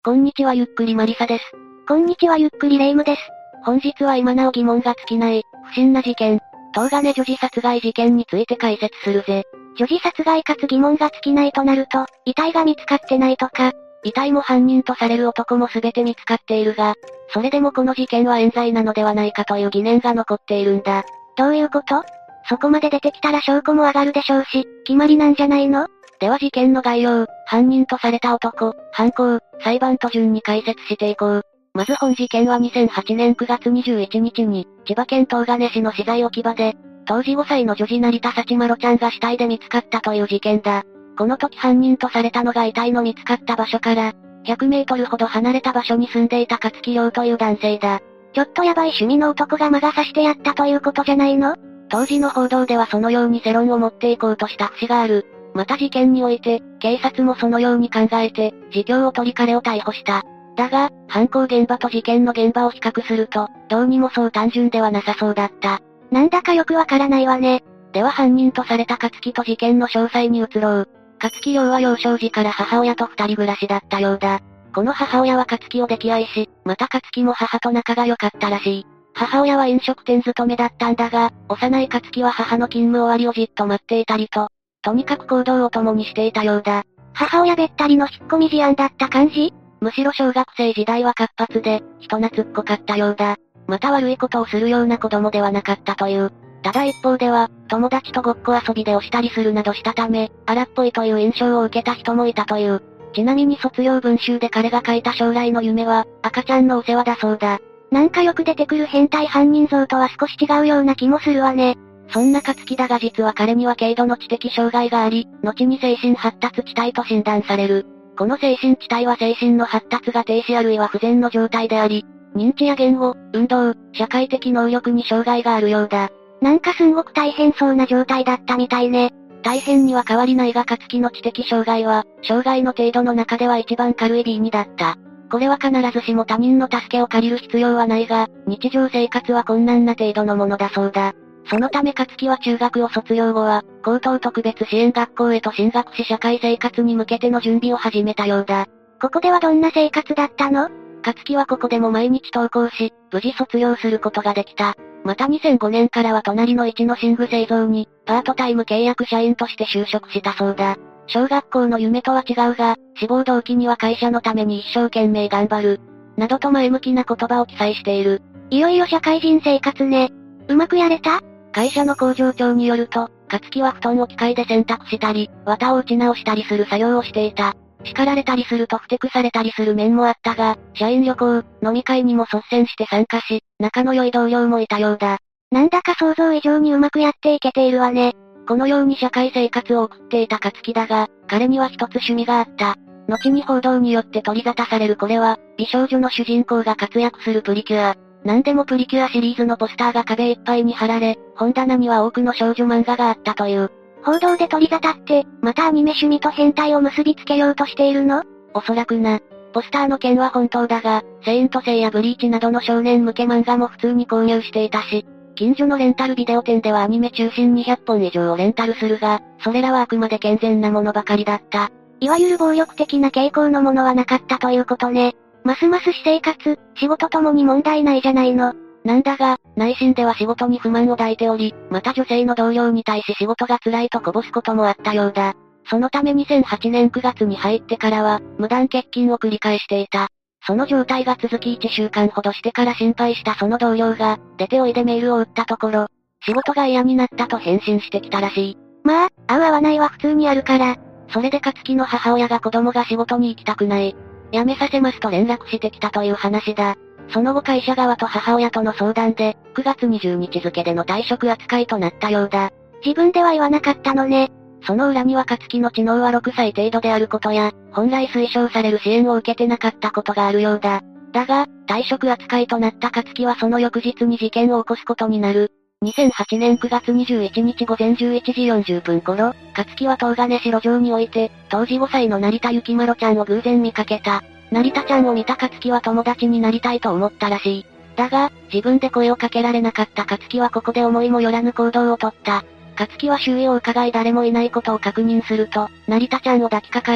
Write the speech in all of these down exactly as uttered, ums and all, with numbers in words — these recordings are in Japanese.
こんにちはゆっくりマリサです。 こんにちはゆっくりレイムです。 本日は今なお疑問が尽きない、不審な事件、東金女児殺害事件について解説するぜ。 女児殺害かつ疑問が尽きないとなると、遺体が見つかってないとか。 遺体も犯人とされる男も全て見つかっているが、それでもこの事件は冤罪なのではないかという疑念が残っているんだ。 どういうこと？そこまで出てきたら証拠も上がるでしょうし、決まりなんじゃないの？ では事件の概要、犯人とされた男、犯行、裁判と順に解説していこう。まず本事件はにせんはちねんくがつにじゅういちにちに、千葉県東金市の資材置き場で、当時ごさいの女児成田幸麻呂ちゃんが死体で見つかったという事件だ。この時犯人とされたのが遺体の見つかった場所から、ひゃくメートルほど離れた場所に住んでいた勝木涼という男性だ。 ちょっとヤバい趣味の男が魔が差してやったということじゃないの？ 当時の報道ではそのように世論を持っていこうとした節がある。また事件において、警察もそのように考えて、自供を取り彼を逮捕した。だが、犯行現場と事件の現場を比較すると、どうにもそう単純ではなさそうだった。 なんだかよくわからないわね。 では犯人とされた勝木と事件の詳細に移ろう。勝木涼は幼少時から母親と二人暮らしだったようだ。この母親は勝木を溺愛し、また勝木も母と仲が良かったらしい。母親は飲食店勤めだったんだが、幼い勝木は母の勤務終わりをじっと待っていたりと、とにかく行動を共にしていたようだ。 母親べったりの引っ込み思案だった感じ？ むしろ小学生時代は活発で、人懐っこかったようだ。また悪いことをするような子供ではなかったという。ただ一方では、友達とごっこ遊びで押したりするなどしたため、荒っぽいという印象を受けた人もいたという。ちなみに卒業文集で彼が書いた将来の夢は、赤ちゃんのお世話だそうだ。 なんかよく出てくる変態犯人像とは少し違うような気もするわね。 そんな勝木だが実は彼には軽度の知的障害があり、後に精神発達遅滞と診断される。この精神遅滞は精神の発達が停止あるいは不全の状態であり、認知や言語、運動、社会的能力に障害があるようだ。 なんかすんごく大変そうな状態だったみたいね。 大変には変わりないが勝木の知的障害は、障害の程度の中では一番軽い ビーにだった。これは必ずしも他人の助けを借りる必要はないが、日常生活は困難な程度のものだそうだ。そのため勝木は中学を卒業後は、高等特別支援学校へと進学し社会生活に向けての準備を始めたようだ。 ここではどんな生活だったの？ 勝木はここでも毎日登校し、無事卒業することができた。またにせんごねんからは隣の一の寝具製造に、パートタイム契約社員として就職したそうだ。小学校の夢とは違うが、志望動機には会社のために一生懸命頑張る。などと前向きな言葉を記載している。 いよいよ社会人生活ね。うまくやれた？ 会社の工場長によると、勝木は布団を機械で洗濯したり、綿を打ち直したりする作業をしていた。叱られたりするとふてくされたりする面もあったが、社員旅行、飲み会にも率先して参加し、仲の良い同僚もいたようだ。 なんだか想像以上にうまくやっていけているわね。 このように社会生活を送っていた勝木だが、彼には一つ趣味があった。後に報道によって取り沙汰されるこれは、美少女の主人公が活躍するプリキュア。何でもプリキュアシリーズのポスターが壁いっぱいに貼られ、本棚には多くの少女漫画があったという。 報道で取り沙汰って、またアニメ趣味と変態を結びつけようとしているの？ おそらくな。ポスターの件は本当だが、セイントセイやブリーチなどの少年向け漫画も普通に購入していたし、近所のレンタルビデオ店ではアニメ中心にひゃっぽん以上をレンタルするが、それらはあくまで健全なものばかりだった。 いわゆる暴力的な傾向のものはなかったということね。ますます私生活、仕事ともに問題ないじゃないの。 なんだが、内心では仕事に不満を抱いており、また女性の同僚に対し仕事が辛いとこぼすこともあったようだ。そのためにせんはちねんくがつに入ってからは、無断欠勤を繰り返していた。その状態が続きいっしゅうかんほどしてから心配したその同僚が、出ておいでメールを打ったところ、仕事が嫌になったと返信してきたらしい。 まあ、合う合わないは普通にあるから。 それで勝木の母親が子供が仕事に行きたくない。辞めさせますと連絡してきたという話だ。その後会社側と母親との相談で、くがつにじゅうにち付での退職扱いとなったようだ。 自分では言わなかったのね。 その裏には勝木の知能はろくさい程度であることや、本来推奨される支援を受けてなかったことがあるようだ。だが、退職扱いとなった勝木はその翌日に事件を起こすことになる。にせんはちねんくがつにじゅういちにちごぜんじゅういちじよんじゅっぷん頃、勝木は東金市路上において、当時ごさいの成田幸麻呂ちゃんを偶然見かけた。成田ちゃんを見た勝木は友達になりたいと思ったらしい。だが、自分で声をかけられなかった勝木はここで思いもよらぬ行動をとった。勝木は周囲を伺い誰もいないことを確認すると、成田ちゃんを抱きかかえ、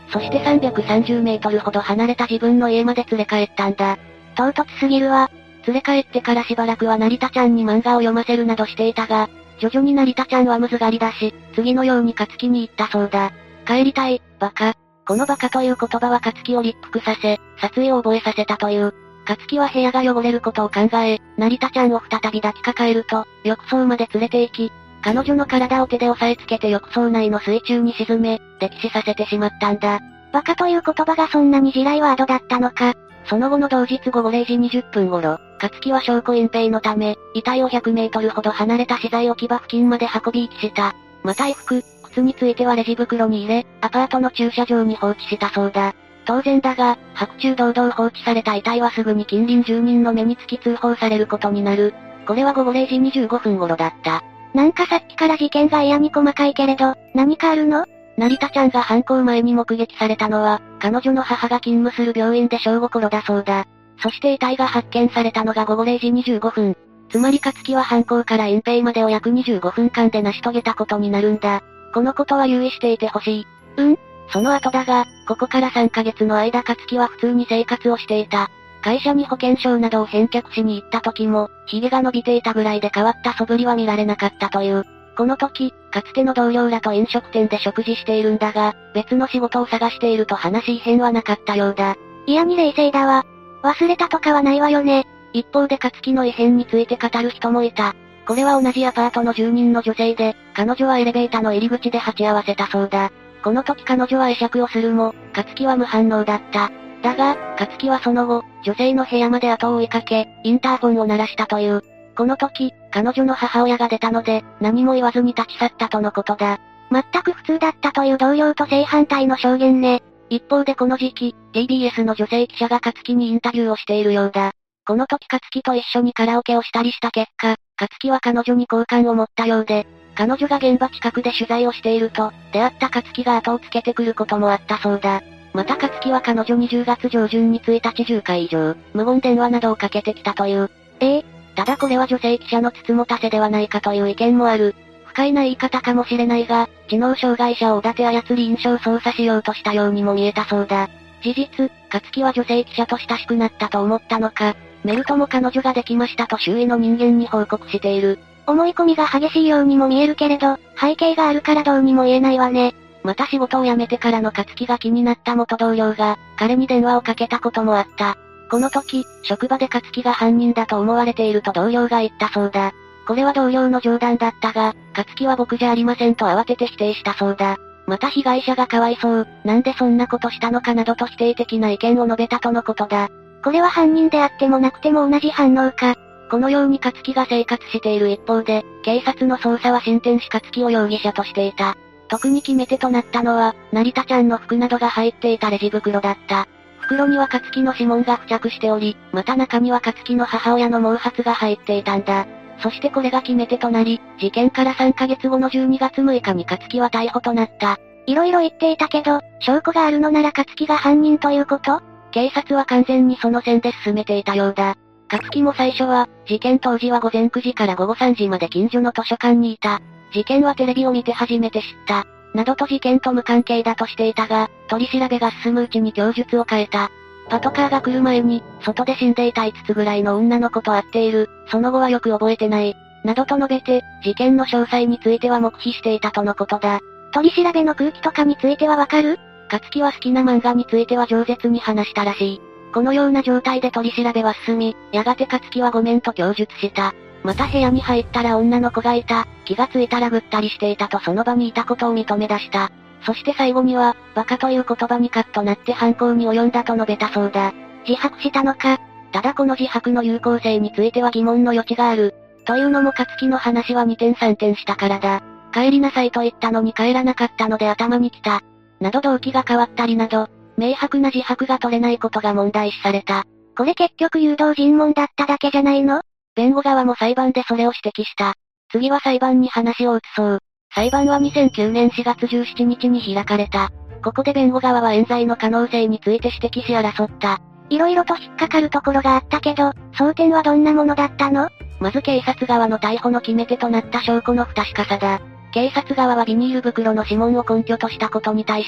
そしてさんびゃくさんじゅうメートルほど離れた自分の家まで連れ帰ったんだ。 唐突すぎるわ。 連れ帰ってからしばらくは成田ちゃんに漫画を読ませるなどしていたが、徐々に成田ちゃんはむずがりだし、次のように勝木に言ったそうだ。帰りたい、バカ。このバカという言葉は勝木を立腹させ、殺意を覚えさせたという。勝木は部屋が汚れることを考え、成田ちゃんを再び抱きかかえると、浴槽まで連れて行き、彼女の体を手で押さえつけて浴槽内の水中に沈め、溺死させてしまったんだ。 バカという言葉がそんなに地雷ワードだったのか。 その後の同日午後れいじにじゅっぷん頃、勝木は証拠隠蔽のため、遺体をひゃくメートルほど離れた資材置き場付近まで運び遺棄した。また衣服、靴についてはレジ袋に入れ、アパートの駐車場に放置したそうだ。当然だが、白昼堂々放置された遺体はすぐに近隣住人の目につき通報されることになる。これは午後れいじにじゅうごふん頃だった。 なんかさっきから事件が嫌に細かいけれど、何かあるの？ 成田ちゃんが犯行前に目撃されたのは、彼女の母が勤務する病院で正午頃だそうだ。そして遺体が発見されたのが午後れいじにじゅうごふん。つまり勝木は犯行から隠蔽までを約にじゅうごふんかんで成し遂げたことになるんだ。このことは留意していてほしい。 うん？ その後だが、ここからさんかげつの間勝木は普通に生活をしていた。会社に保険証などを返却しに行った時も、髭が伸びていたぐらいで変わった素振りは見られなかったという。この時、かつての同僚らと飲食店で食事しているんだが、別の仕事を探していると話し異変はなかったようだ。 いやに冷静だわ。忘れたとかはないわよね。 一方で勝木の異変について語る人もいた。これは同じアパートの住人の女性で、彼女はエレベーターの入り口で鉢合わせたそうだ。この時彼女は会釈をするも、勝木は無反応だった。だが、勝木はその後、女性の部屋まで後を追いかけ、インターフォンを鳴らしたという。この時、彼女の母親が出たので、何も言わずに立ち去ったとのことだ。 全く普通だったという同僚と正反対の証言ね。 一方でこの時期、ティービーエス の女性記者が勝木にインタビューをしているようだ。この時勝木と一緒にカラオケをしたりした結果、勝木は彼女に好感を持ったようで、彼女が現場近くで取材をしていると、出会った勝木が後をつけてくることもあったそうだ。また勝木は彼女にじゅうがつ上旬についたちじゅっかい以上、無言電話などをかけてきたという。 ええただこれは女性記者のつつもたせではないかという意見もある。不快な言い方かもしれないが、知能障害者をおだて操り印象操作しようとしたようにも見えたそうだ。事実、勝木は女性記者と親しくなったと思ったのか、メルトも彼女ができましたと周囲の人間に報告している。 思い込みが激しいようにも見えるけれど、背景があるからどうにも言えないわね。 また仕事を辞めてからの勝木が気になった元同僚が、彼に電話をかけたこともあった。この時、職場で勝木が犯人だと思われていると同僚が言ったそうだ。これは同僚の冗談だったが、勝木は僕じゃありませんと慌てて否定したそうだ。また被害者がかわいそう、なんでそんなことしたのかなどと否定的な意見を述べたとのことだ。 これは犯人であってもなくても同じ反応か。 このように勝木が生活している一方で、警察の捜査は進展し勝木を容疑者としていた。特に決め手となったのは、成田ちゃんの服などが入っていたレジ袋だった。袋には勝木の指紋が付着しており、また中には勝木の母親の毛髪が入っていたんだ。そしてこれが決め手となり、事件からさんかげつごのじゅうにがつむいかに勝木は逮捕となった。 いろいろ言っていたけど、証拠があるのなら勝木が犯人ということ？ 警察は完全にその線で進めていたようだ。勝木も最初は、事件当時は午前くじから午後さんじまで近所の図書館にいた。事件はテレビを見て初めて知った。などと事件と無関係だとしていたが、取り調べが進むうちに供述を変えた。パトカーが来る前に、外で死んでいたいつつぐらいの女の子と会っている、その後はよく覚えてない。などと述べて、事件の詳細については黙秘していたとのことだ。 取り調べの空気とかについてはわかる？ 勝木は好きな漫画については饒舌に話したらしい。このような状態で取り調べは進み、やがて勝木はごめんと供述した。また部屋に入ったら女の子がいた、気がついたらぐったりしていたとその場にいたことを認め出した。そして最後には、バカという言葉にカッとなって犯行に及んだと述べたそうだ。 自白したのか。 ただこの自白の有効性については疑問の余地がある。というのも勝木の話はにてんさんてんしたからだ。帰りなさいと言ったのに帰らなかったので頭に来た。など動機が変わったりなど、明白な自白が取れないことが問題視された。 これ結局誘導尋問だっただけじゃないの？ 弁護側も裁判でそれを指摘した。次は裁判に話を移そう。裁判はにせんきゅうねんしがつじゅうしちにちに開かれた。ここで弁護側は冤罪の可能性について指摘し争った。 いろいろと引っかかるところがあったけど、争点はどんなものだったの？ まず警察側の逮捕の決め手となった証拠の不確かさだ。警察側はビニール袋の指紋を根拠としたことに対して、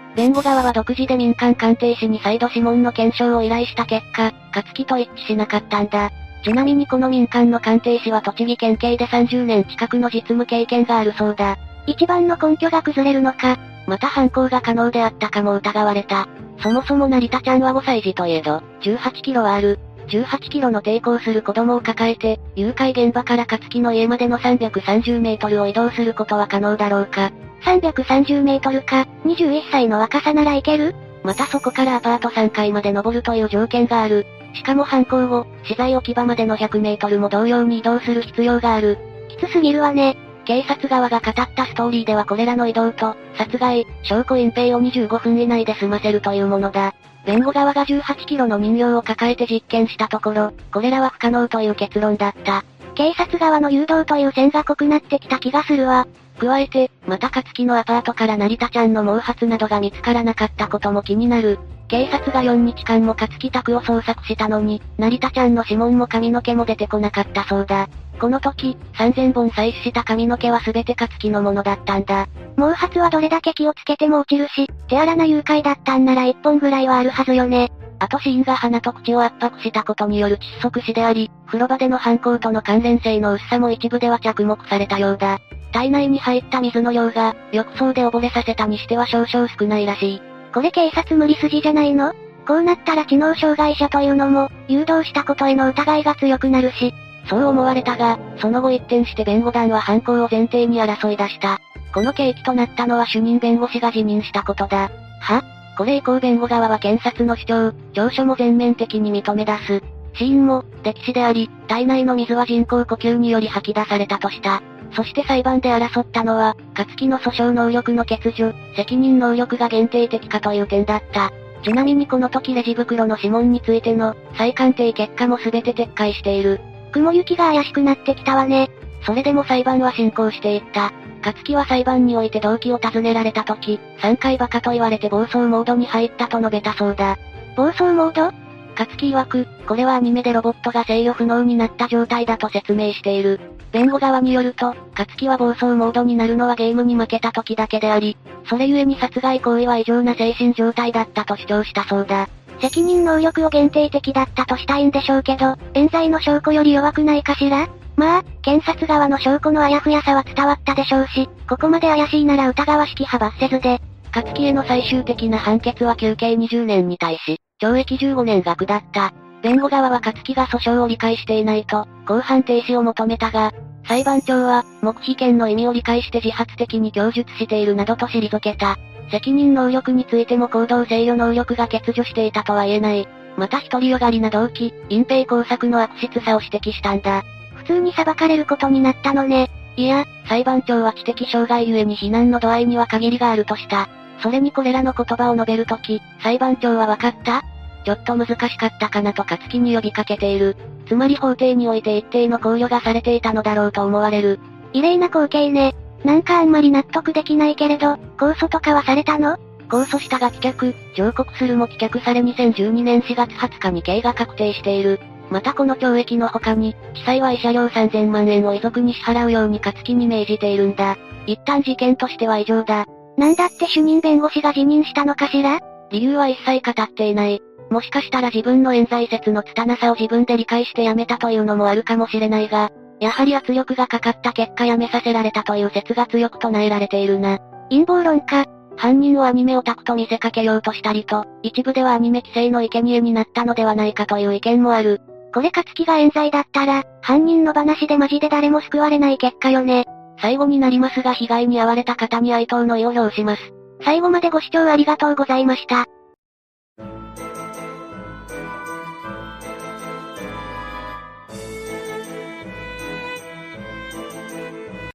弁護側は独自で民間鑑定士に再度指紋の検証を依頼した結果、勝木と一致しなかったんだ。ちなみにこの民間の鑑定士は栃木県警でさんじゅうねん近くの実務経験があるそうだ。 一番の根拠が崩れるのか。 また犯行が可能であったかも疑われた。そもそも成田ちゃんはごさい児といえど、じゅうはちキロはある。じゅうはちキロの抵抗する子供を抱えて、誘拐現場から勝木の家までのさんびゃくさんじゅうメートルを移動することは可能だろうか。 さんびゃくさんじゅうメートルか、にじゅういっさいの若さならいける？ またそこからアパートさんかいまで登るという条件がある。しかも犯行後、資材置き場までのひゃくメートルも同様に移動する必要がある。 きつすぎるわね。 警察側が語ったストーリーではこれらの移動と、殺害、証拠隠蔽をにじゅうごふん以内で済ませるというものだ。弁護側がじゅうはちキロの人形を抱えて実験したところ、これらは不可能という結論だった。 警察側の誘導という線が濃くなってきた気がするわ。 加えて、また勝木のアパートから成田ちゃんの毛髪などが見つからなかったことも気になる。警察がよっかかんも勝木宅を捜索したのに、成田ちゃんの指紋も髪の毛も出てこなかったそうだ。この時、さんぜんぼん採取した髪の毛は全て勝木のものだったんだ。 毛髪はどれだけ気をつけても落ちるし、手荒な誘拐だったんならいっぽんぐらいはあるはずよね。 あと死因が鼻と口を圧迫したことによる窒息死であり、風呂場での犯行との関連性の薄さも一部では着目されたようだ。体内に入った水の量が、浴槽で溺れさせたにしては少々少ないらしい。 これ警察無理筋じゃないの？こうなったら知能障害者というのも、誘導したことへの疑いが強くなるし。 そう思われたが、その後一転して弁護団は犯行を前提に争い出した。この契機となったのは主任弁護士が辞任したことだ。は？これ以降弁護側は検察の主張、調書も全面的に認め出す。死因も、溺死であり、体内の水は人工呼吸により吐き出されたとした。そして裁判で争ったのは、勝木の訴訟能力の欠如、責任能力が限定的かという点だった。ちなみにこの時レジ袋の指紋についての、再鑑定結果も全て撤回している。 雲行きが怪しくなってきたわね。 それでも裁判は進行していった。勝木は裁判において動機を尋ねられた時、さんかいバカと言われて暴走モードに入ったと述べたそうだ。 暴走モード？ 勝木曰く、これはアニメでロボットが制御不能になった状態だと説明している。弁護側によると、勝木は暴走モードになるのはゲームに負けた時だけであり、それゆえに殺害行為は異常な精神状態だったと主張したそうだ。 責任能力を限定的だったとしたいんでしょうけど、冤罪の証拠より弱くないかしら？まあ、検察側の証拠のあやふやさは伝わったでしょうし、ここまで怪しいなら疑わしき派罰せずで。 勝木への最終的な判決は求刑にじゅうねんに対し、懲役じゅうごねんが下った。弁護側は勝木が訴訟を理解していないと、公判停止を求めたが、裁判長は、黙秘権の意味を理解して自発的に供述しているなどと退けた。責任能力についても行動制御能力が欠如していたとは言えない。また独りよがりな動機、隠蔽工作の悪質さを指摘したんだ。 普通に裁かれることになったのね。 いや、裁判長は知的障害ゆえに非難の度合いには限りがあるとした。それにこれらの言葉を述べるとき、裁判長は分かった？ちょっと難しかったかなと勝木に呼びかけている。つまり法廷において一定の考慮がされていたのだろうと思われる。 異例な光景ね。なんかあんまり納得できないけれど、控訴とかはされたの？ 控訴したが棄却、上告するも棄却されにせんじゅうにねんしがつはつかに刑が確定している。またこの懲役の他に、地裁は慰謝料さんぜんまんえんを遺族に支払うように勝木に命じているんだ。一旦事件としては異常だ。 なんだって主任弁護士が辞任したのかしら？ 理由は一切語っていない。もしかしたら自分の冤罪説の拙さを自分で理解して辞めたというのもあるかもしれないが、やはり圧力がかかった結果辞めさせられたという説が強く唱えられているな。 陰謀論か。 犯人をアニメオタクと見せかけようとしたりと、一部ではアニメ規制の生贄になったのではないかという意見もある。 これ勝木が冤罪だったら、犯人の話でマジで誰も救われない結果よね。 最後になりますが被害に遭われた方に哀悼の意を表します。 最後までご視聴ありがとうございました。